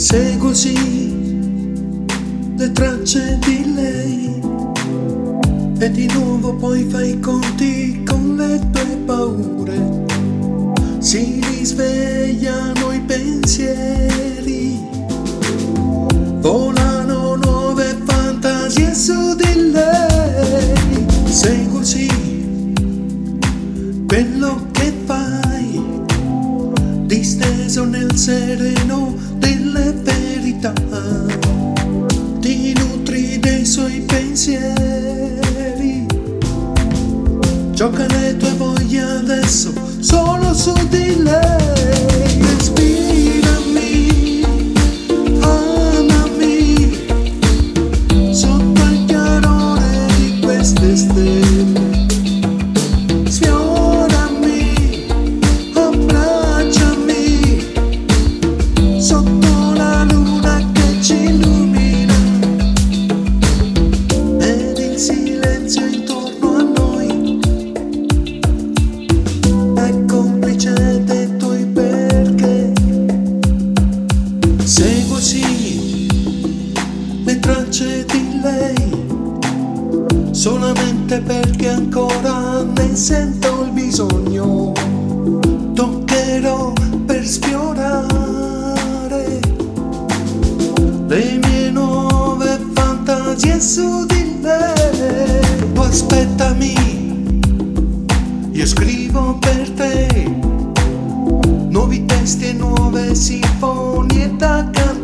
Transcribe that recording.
Seguo sì le tracce di lei e di nuovo poi fai i conti con le tue paure. Si risvegliano i pensieri, volano nuove fantasie su di lei. Seguo sì quello che fai, disteso nel sereno delle verità. Ti nutri dei suoi pensieri, gioca le tue voglie adesso solo su di lei. Respirami, amami, sotto il chiarore di queste stelle. Sfiorami, abbracciami, sotto la luna che ci illumina, ed il silenzio intorno a noi è complice dei tuoi perché. Seguo sì le tracce di lei solamente perché ancora ne sento il bisogno. Toccherò per sfiorare le mie nuove fantasie su di lei. Tu aspettami, io scrivo per te nuovi testi e nuove sinfonie da cantare.